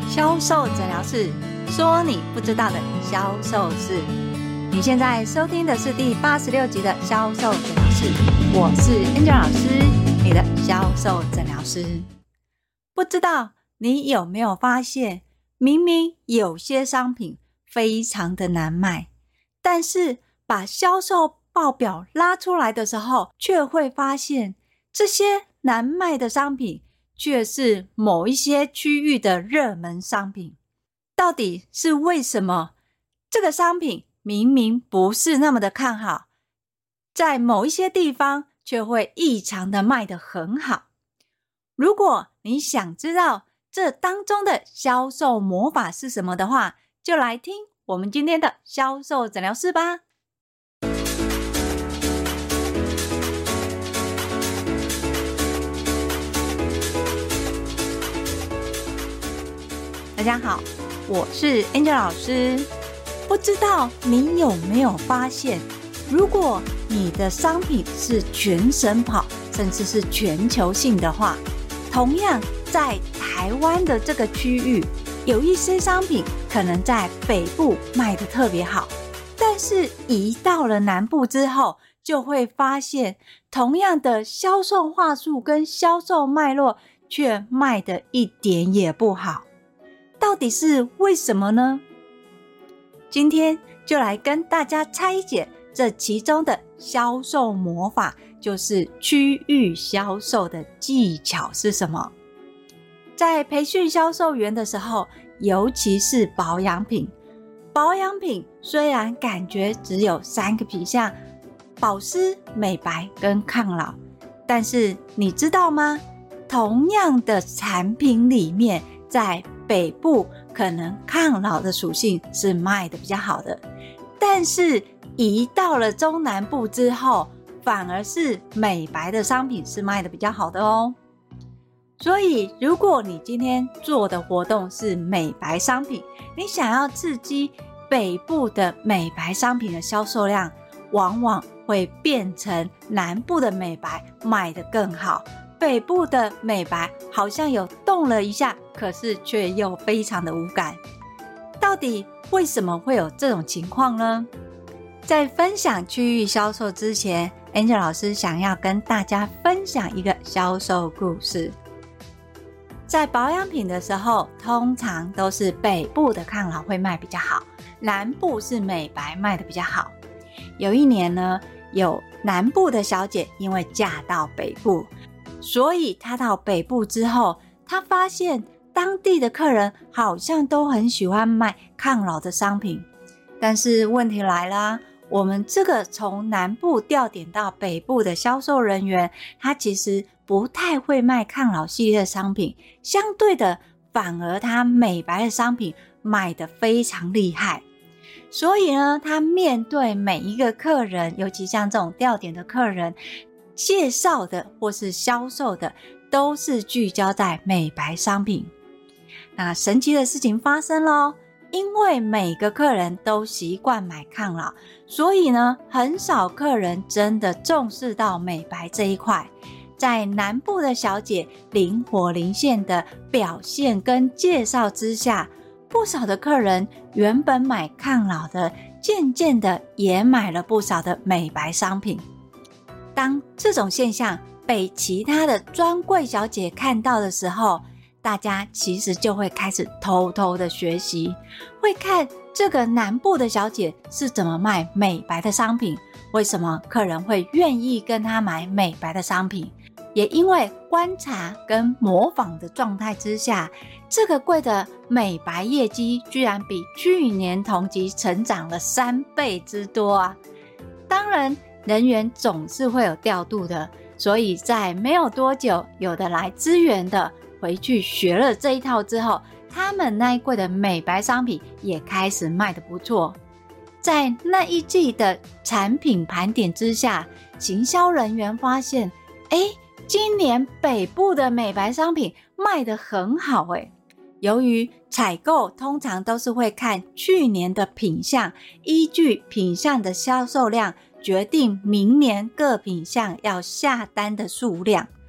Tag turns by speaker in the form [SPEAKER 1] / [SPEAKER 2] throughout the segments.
[SPEAKER 1] 销售诊疗室，说你不知道的销售事。你现在收听的是第86集的销售诊疗室，我是 Angel 老师，你的销售诊疗师。不知道你有没有发现，明明有些商品非常的难卖，但是把销售报表拉出来的时候，却会发现这些难卖的商品却是某一些区域的热门商品。到底是为什么这个商品明明不是那么的看好，在某一些地方却会异常的卖得很好？如果你想知道这当中的销售魔法是什么的话，就来听我们今天的销售诊疗室吧。大家好，我是 Angel 老师。不知道你有没有发现，如果你的商品是全省跑，甚至是全球性的话，同样在台湾的这个区域，有一些商品可能在北部卖得特别好，但是移到了南部之后，就会发现同样的销售话术跟销售脉络却卖得一点也不好。到底是为什么呢？今天就来跟大家拆解这其中的销售魔法，就是区域销售的技巧是什么。在培训销售员的时候，尤其是保养品虽然感觉只有3个品项，保湿、美白跟抗老，但是你知道吗？同样的产品里面，在北部可能抗老的属性是卖的比较好的，但是移到了中南部之后，反而是美白的商品是卖的比较好的哦。所以如果你今天做的活动是美白商品，你想要刺激北部的美白商品的销售量，往往会变成南部的美白卖得更好，北部的美白好像有动了一下，可是却又非常的无感。到底为什么会有这种情况呢？在分享区域销售之前， Angel 老师想要跟大家分享一个销售故事。在保养品的时候，通常都是北部的抗老会卖比较好，南部是美白卖的比较好。有一年呢，有南部的小姐因为嫁到北部，所以她到北部之后，她发现当地的客人好像都很喜欢卖抗老的商品。但是问题来了，我们这个从南部调点到北部的销售人员，他其实不太会卖抗老系列的商品，相对的反而他美白的商品卖得非常厉害。所以呢，他面对每一个客人，尤其像这种调点的客人，介绍的或是销售的都是聚焦在美白商品。那神奇的事情发生咯，因为每个客人都习惯买抗老，所以呢，很少客人真的重视到美白这一块。在南部的小姐灵活灵现的表现跟介绍之下，不少的客人原本买抗老的，渐渐的也买了不少的美白商品。当这种现象被其他的专柜小姐看到的时候，大家其实就会开始偷偷的学习，会看这个南部的小姐是怎么卖美白的商品，为什么客人会愿意跟她买美白的商品。也因为观察跟模仿的状态之下，这个柜的美白业绩居然比去年同期成长了3倍之多啊！当然，人员总是会有调度的，所以在没有多久，有的来支援的回去学了这一套之后，他们那一柜的美白商品也开始卖得不错。在那一季的产品盘点之下，行销人员发现，今年北部的美白商品卖得很好由于采购通常都是会看去年的品项，依据品项的销售量决定明年各品项要下单的数量，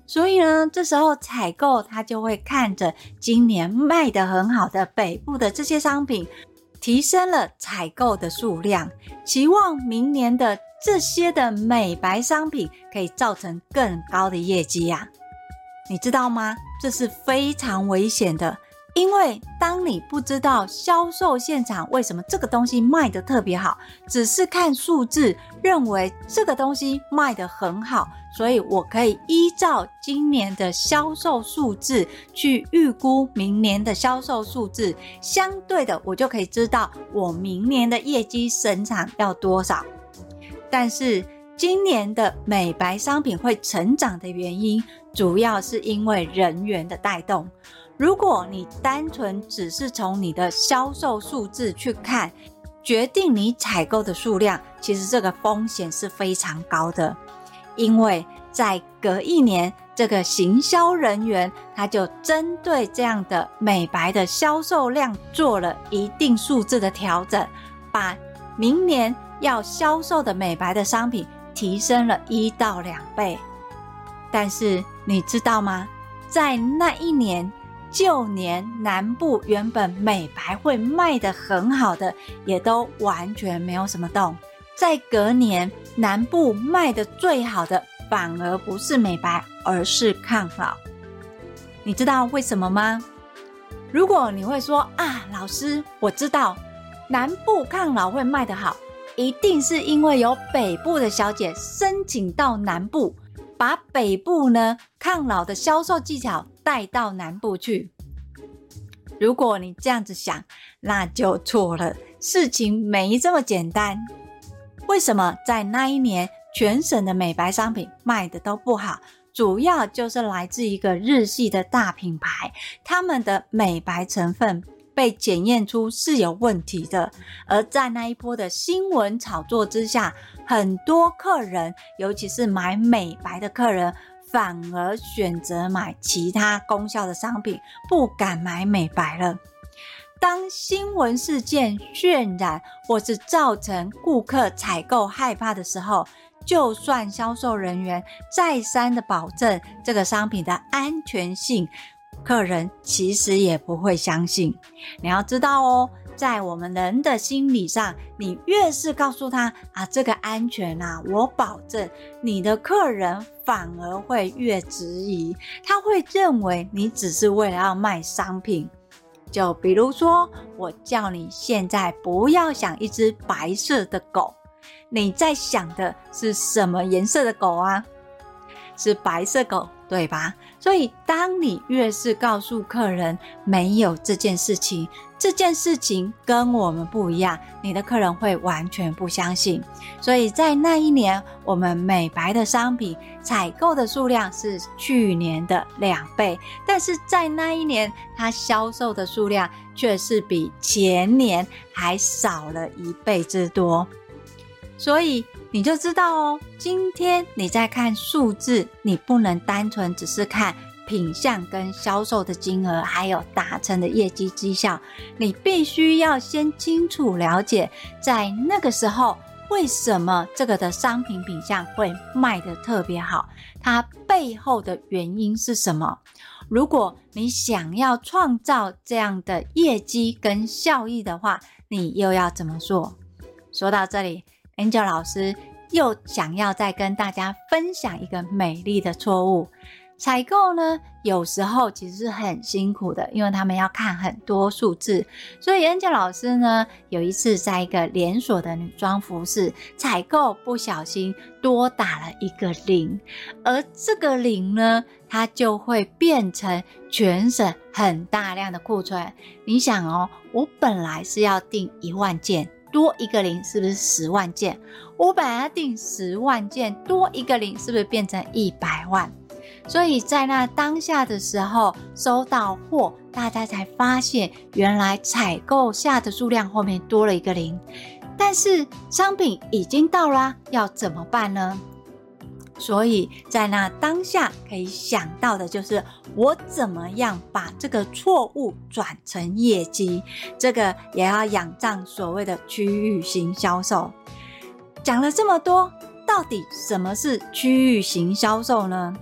[SPEAKER 1] 所以呢，这时候采购他就会看着今年卖得很好的北部的这些商品，提升了采购的数量，期望明年的这些的美白商品可以造成更高的业绩啊。你知道吗？这是非常危险的，因为当你不知道销售现场为什么这个东西卖得特别好，只是看数字认为这个东西卖得很好，所以我可以依照今年的销售数字去预估明年的销售数字，相对的我就可以知道我明年的业绩生产要多少。但是今年的美白商品会成长的原因，主要是因为人员的带动。如果你单纯只是从你的销售数字去看，决定你采购的数量，其实这个风险是非常高的。因为在隔一年，这个行销人员他就针对这样的美白的销售量做了一定数字的调整，把明年要销售的美白的商品提升了1到2倍。但是你知道吗？在那一年，旧年南部原本美白会卖得很好的，也都完全没有什么动。在隔年，南部卖得最好的反而不是美白，而是抗老。你知道为什么吗？如果你会说啊，老师，我知道南部抗老会卖得好，一定是因为有北部的小姐申请到南部，把北部呢抗老的销售技巧带到南部去。如果你这样子想，那就错了，事情没这么简单。为什么在那一年全省的美白商品卖的都不好？主要就是来自一个日系的大品牌，他们的美白成分被检验出是有问题的，而在那一波的新闻炒作之下，很多客人，尤其是买美白的客人，反而选择买其他功效的商品，不敢买美白了。当新闻事件渲染或是造成顾客采购害怕的时候，就算销售人员再三的保证这个商品的安全性，客人其实也不会相信。你要知道哦，在我们人的心理上，你越是告诉他啊，这个安全啊，我保证，你的客人反而会越质疑，他会认为你只是为了要卖商品。就比如说，我叫你现在不要想一只白色的狗，你在想的是什么颜色的狗啊？是白色狗，对吧？所以当你越是告诉客人没有这件事情，这件事情跟我们不一样，你的客人会完全不相信。所以在那一年，我们美白的商品采购的数量是去年的2倍，但是在那一年它销售的数量却是比前年还少了1倍之多。所以你就知道哦，今天你在看数字，你不能单纯只是看品项跟销售的金额，还有达成的业绩绩效，你必须要先清楚了解，在那个时候为什么这个的商品品项会卖得特别好，它背后的原因是什么。如果你想要创造这样的业绩跟效益的话，你又要怎么做？说到这里，Angel 老师又想要再跟大家分享一个美丽的错误。采购呢，有时候其实是很辛苦的，因为他们要看很多数字。所以 Angel 老师呢，有一次在一个连锁的女装服饰采购，不小心多打了一个0，而这个0呢，它就会变成全省很大量的库存。你想哦，我本来是要订1万件，多一个0是不是10万件？我本来要订10万件，多一个0是不是变成100万？所以在那当下的时候，收到货，大家才发现原来采购下的数量后面多了一个0，但是商品已经到啦，要怎么办呢？所以在那当下可以想到的就是我怎么样把这个错误转成业绩，这个也要仰仗所谓的区域型销售。讲了这么多，到底什么是区域型销售呢？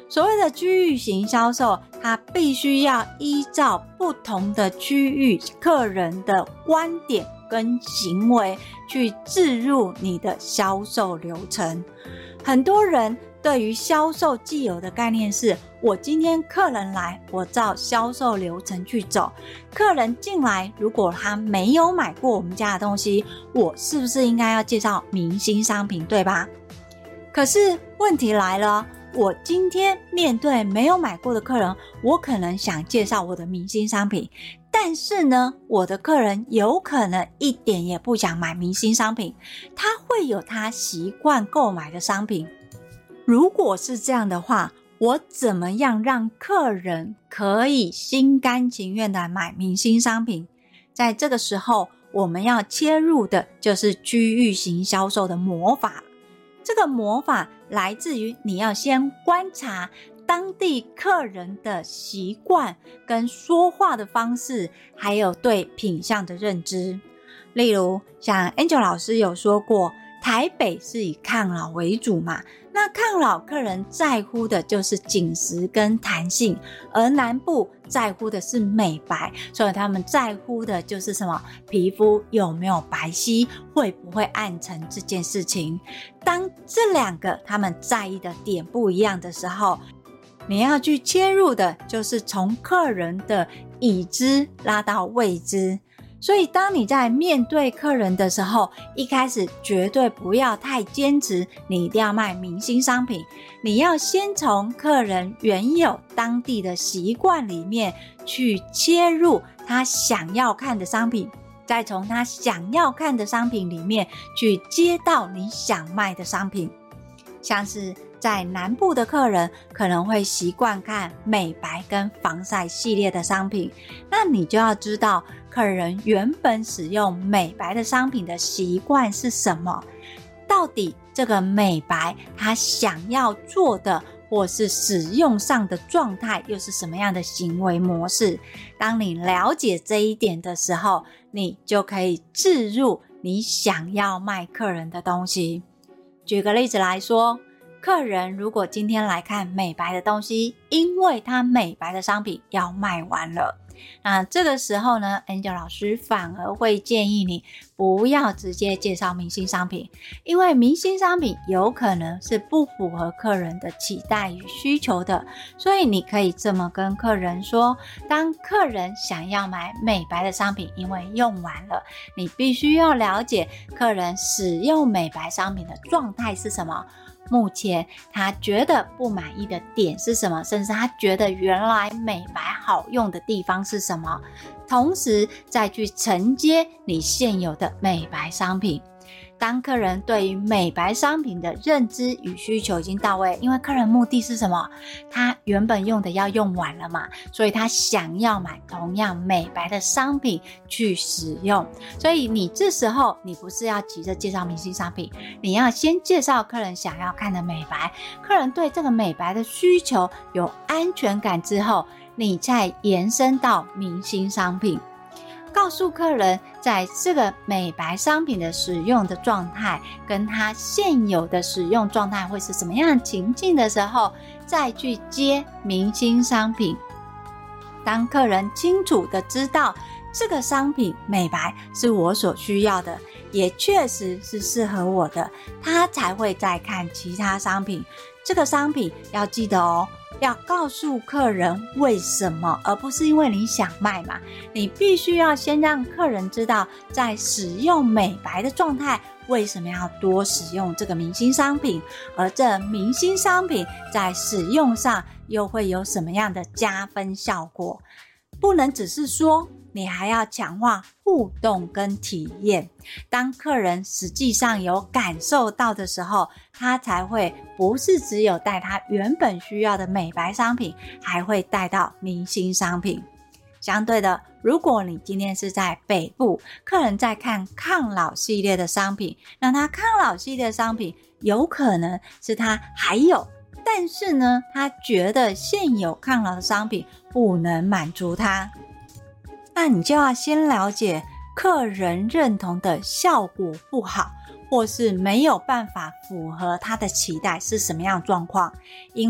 [SPEAKER 1] 所谓的区域型销售，它必须要依照不同的区域客人的观点跟行为去置入你的销售流程。很多人对于销售既有的概念是，我今天客人来，我照销售流程去走。客人进来，如果他没有买过我们家的东西，我是不是应该要介绍明星商品，对吧？可是问题来了，我今天面对没有买过的客人，我可能想介绍我的明星商品，但是呢，我的客人有可能一点也不想买明星商品，他会有他习惯购买的商品。如果是这样的话，我怎么样让客人可以心甘情愿的买明星商品？在这个时候，我们要切入的就是区域型销售的魔法。这个魔法来自于你要先观察当地客人的习惯跟说话的方式，还有对品项的认知。例如像 Angel 老师有说过，台北是以抗老为主嘛，那抗老客人在乎的就是紧实跟弹性，而南部在乎的是美白，所以他们在乎的就是什么？皮肤有没有白皙，会不会暗沉这件事情。当这两个他们在意的点不一样的时候，你要去切入的就是从客人的已知拉到未知。所以当你在面对客人的时候，一开始绝对不要太坚持你一定要卖明星商品，你要先从客人原有当地的习惯里面去切入他想要看的商品，再从他想要看的商品里面去接到你想卖的商品。像是在南部的客人可能会习惯看美白跟防晒系列的商品，那你就要知道客人原本使用美白的商品的习惯是什么，到底这个美白他想要做的或是使用上的状态又是什么样的行为模式。当你了解这一点的时候，你就可以置入你想要卖客人的东西。举个例子来说，客人如果今天来看美白的东西，因为他美白的商品要卖完了，那这个时候呢 Angel 老师反而会建议你不要直接介绍明星商品，因为明星商品有可能是不符合客人的期待与需求的。所以你可以这么跟客人说，当客人想要买美白的商品，因为用完了，你必须要了解客人使用美白商品的状态是什么，目前他觉得不满意的点是什么，甚至他觉得原来美白好用的地方是什么，同时再去承接你现有的美白商品。当客人对于美白商品的认知与需求已经到位，因为客人目的是什么？他原本用的要用完了嘛，所以他想要买同样美白的商品去使用。所以你这时候你不是要急着介绍明星商品，你要先介绍客人想要看的美白，客人对这个美白的需求有安全感之后，你再延伸到明星商品，告诉客人在这个美白商品的使用的状态跟他现有的使用状态会是什么样的情境的时候，再去接明星商品。当客人清楚的知道这个商品美白是我所需要的，也确实是适合我的，他才会再看其他商品。这个商品要记得哦，要告诉客人为什么，而不是因为你想卖嘛。你必须要先让客人知道在使用美白的状态为什么要多使用这个明星商品，而这明星商品在使用上又会有什么样的加分效果。不能只是说，你还要强化互动跟体验。当客人实际上有感受到的时候，他才会不是只有带他原本需要的美白商品，还会带到明星商品。相对的，如果你今天是在北部，客人在看抗老系列的商品，那他抗老系列的商品有可能是他还有，但是呢，他觉得现有抗老的商品不能满足他。那你就要先了解客人认同的效果不好，或是没有办法符合他的期待是什么样的状况。因为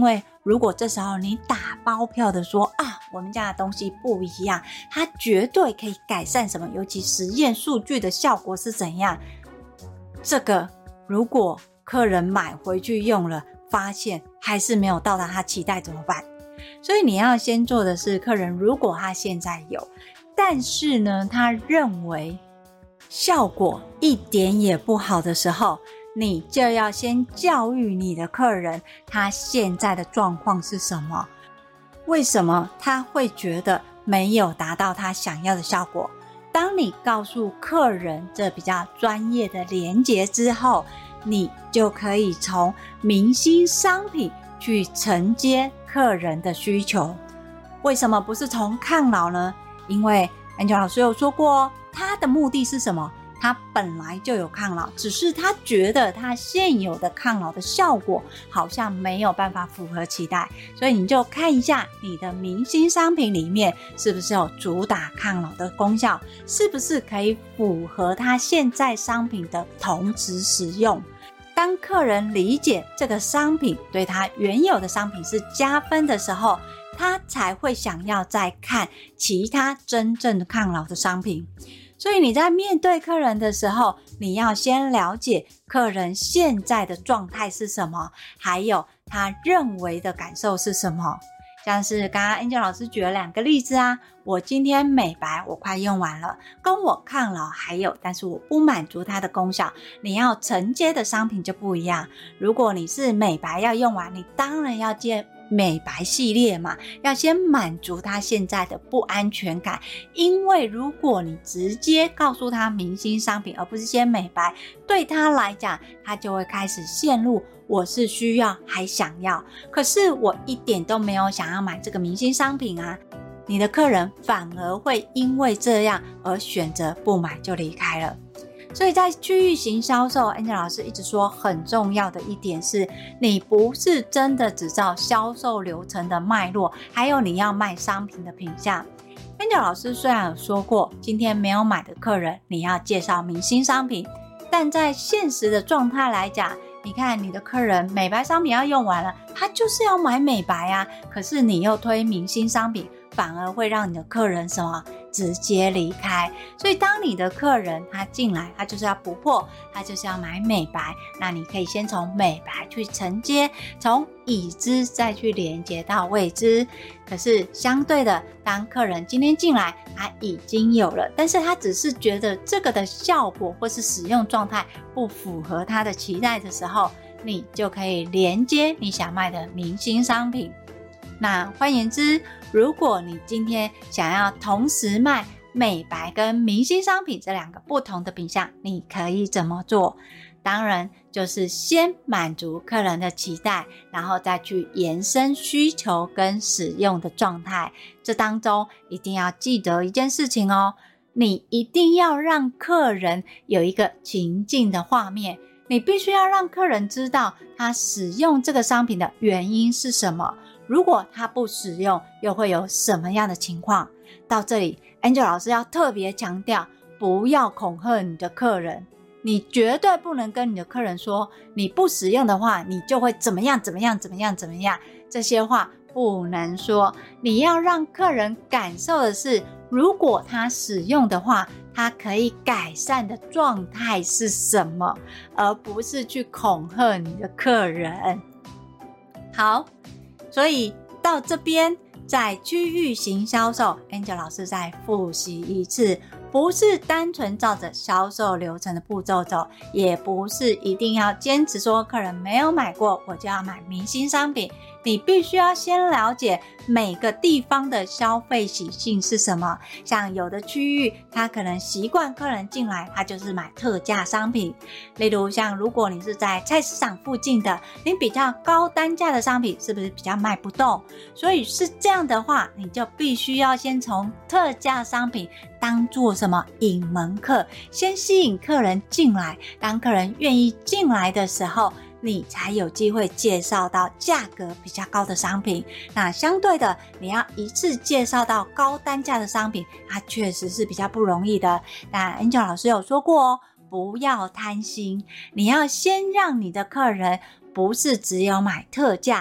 [SPEAKER 1] 如果这时候你打包票的说我们家的东西不一样，它绝对可以改善什么，尤其实验数据的效果是怎样，这个如果客人买回去用了，发现还是没有到达他期待怎么办？所以你要先做的是，客人如果他现在有，但是呢他认为效果一点也不好的时候，你就要先教育你的客人他现在的状况是什么，为什么他会觉得没有达到他想要的效果。当你告诉客人这比较专业的连结之后，你就可以从明星商品去承接客人的需求。为什么不是从抗老呢？因为 Angel 老师有说过他的目的是什么？他本来就有抗老，只是他觉得他现有的抗老的效果好像没有办法符合期待，所以你就看一下你的明星商品里面是不是有主打抗老的功效，是不是可以符合他现在商品的同质使用。当客人理解这个商品对他原有的商品是加分的时候，他才会想要再看其他真正的抗老的商品。所以你在面对客人的时候，你要先了解客人现在的状态是什么，还有他认为的感受是什么。像是刚刚 Angel 老师举了2个例子我今天美白我快用完了，跟我抗老还有，但是我不满足它的功效，你要承接的商品就不一样。如果你是美白要用完，你当然要接美白系列嘛，要先满足他现在的不安全感。因为如果你直接告诉他明星商品而不是先美白，对他来讲他就会开始陷入我是需要还想要，可是我一点都没有想要买这个明星商品你的客人反而会因为这样而选择不买就离开了。所以在区域型销售 Angel 老师一直说很重要的一点是，你不是真的只照销售流程的脉络，还有你要卖商品的品项。Angel 老师虽然有说过今天没有买的客人你要介绍明星商品，但在现实的状态来讲，你看你的客人美白商品要用完了，他就是要买美白可是你又推明星商品，反而会让你的客人什么直接离开。所以当你的客人他进来，他就是要补破，他就是要买美白，那你可以先从美白去承接，从已知再去连接到未知。可是相对的，当客人今天进来他已经有了，但是他只是觉得这个的效果或是使用状态不符合他的期待的时候，你就可以连接你想卖的明星商品。那换言之，如果你今天想要同时卖美白跟明星商品这2个不同的品项，你可以怎么做？当然就是先满足客人的期待，然后再去延伸需求跟使用的状态。这当中一定要记得一件事情你一定要让客人有一个情境的画面，你必须要让客人知道他使用这个商品的原因是什么，如果他不使用又会有什么样的情况。到这里 Angel 老师要特别强调，不要恐吓你的客人，你绝对不能跟你的客人说你不使用的话你就会怎么样怎么样怎么样怎么样，这些话不能说。你要让客人感受的是，如果他使用的话他可以改善的状态是什么，而不是去恐吓你的客人。好，所以到这边在区域型销售 Angel 老师再复习一次，不是单纯照着销售流程的步骤走，也不是一定要坚持说客人没有买过我就要买明星商品，你必须要先了解每个地方的消费习性是什么。像有的区域他可能习惯客人进来他就是买特价商品，例如像如果你是在菜市场附近的，你比较高单价的商品是不是比较卖不动？所以是这样的话，你就必须要先从特价商品当做什么引门客，先吸引客人进来，当客人愿意进来的时候，你才有机会介绍到价格比较高的商品。那相对的，你要一次介绍到高单价的商品，它确实是比较不容易的。那 Angel 老师有说过不要贪心，你要先让你的客人不是只有买特价，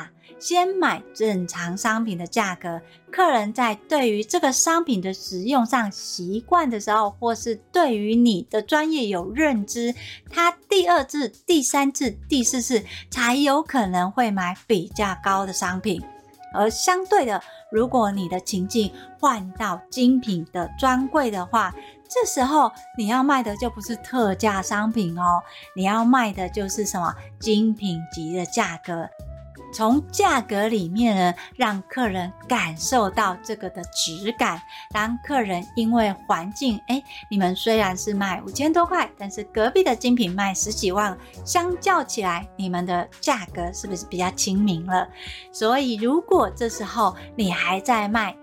[SPEAKER 1] 先买正常商品的价格，客人在对于这个商品的使用上习惯的时候，或是对于你的专业有认知，他第二次、第三次、第四次才有可能会买比较高的商品。而相对的，如果你的情境换到精品的专柜的话，这时候你要卖的就不是特价商品哦，你要卖的就是什么精品级的价格。从价格里面呢，让客人感受到这个的质感。当客人因为环境，你们虽然是卖5000多块，但是隔壁的精品卖10几万，相较起来，你们的价格是不是比较亲民了？所以如果这时候你还在卖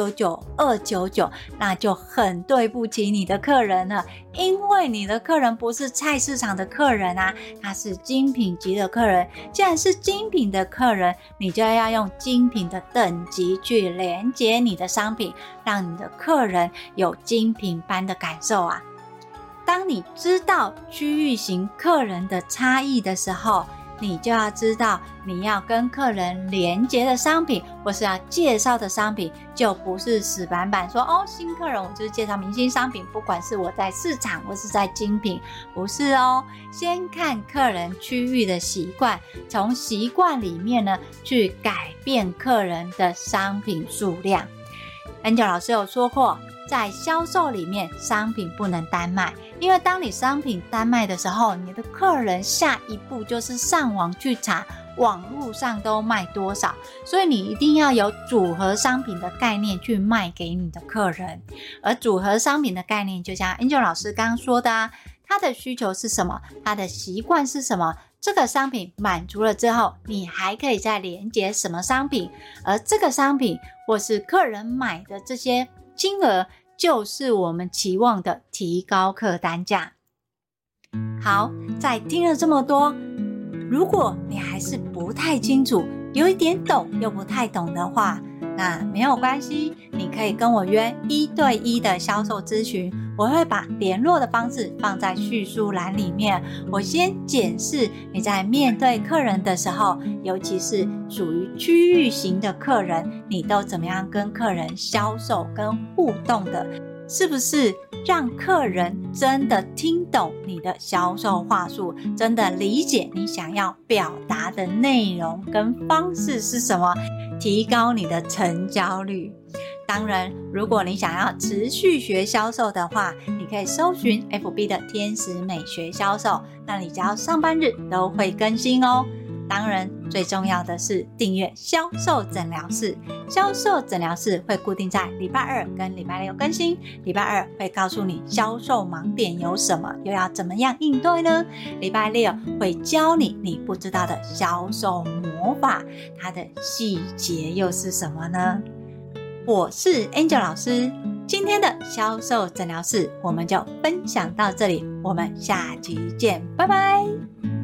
[SPEAKER 1] 199、299，那就很对不起你的客人了，因为你的客人不是菜市场的客人啊，他是精品级的客人。既然是精品的客人，你就要用精品的等级去连接你的商品，让你的客人有精品般的感受啊。当你知道区域型客人的差异的时候，你就要知道你要跟客人连接的商品或是要介绍的商品，就不是死板板说新客人我就是介绍明星商品，不管是我在市场或是在精品，不是哦。先看客人区域的习惯，从习惯里面呢去改变客人的商品数量。Angel 老师有说过，在销售里面商品不能单卖，因为当你商品单卖的时候，你的客人下一步就是上网去查网络上都卖多少，所以你一定要有组合商品的概念去卖给你的客人。而组合商品的概念就像 Angel 老师刚刚说的啊，他的需求是什么，他的习惯是什么，这个商品满足了之后，你还可以再连接什么商品，而这个商品或是客人买的这些金额，就是我们期望的提高客单价。好，在听了这么多，如果你还是不太清楚，有一点懂又不太懂的话，那没有关系，你可以跟我约1对1的销售咨询，我会把联络的方式放在叙述栏里面。我先检视你在面对客人的时候，尤其是属于区域型的客人，你都怎么样跟客人销售跟互动的，是不是让客人真的听懂你的销售话术，真的理解你想要表达的内容跟方式是什么，提高你的成交率。当然，如果你想要持续学销售的话，你可以搜寻 FB 的天使美学销售，那你只要上班日都会更新哦。当然，最重要的是订阅销售诊疗室。销售诊疗室会固定在礼拜2跟礼拜6更新。礼拜2会告诉你销售盲点有什么，又要怎么样应对呢？礼拜6会教你你不知道的销售魔法，它的细节又是什么呢？我是 Angel 老师，今天的销售诊疗室我们就分享到这里，我们下集见，拜拜。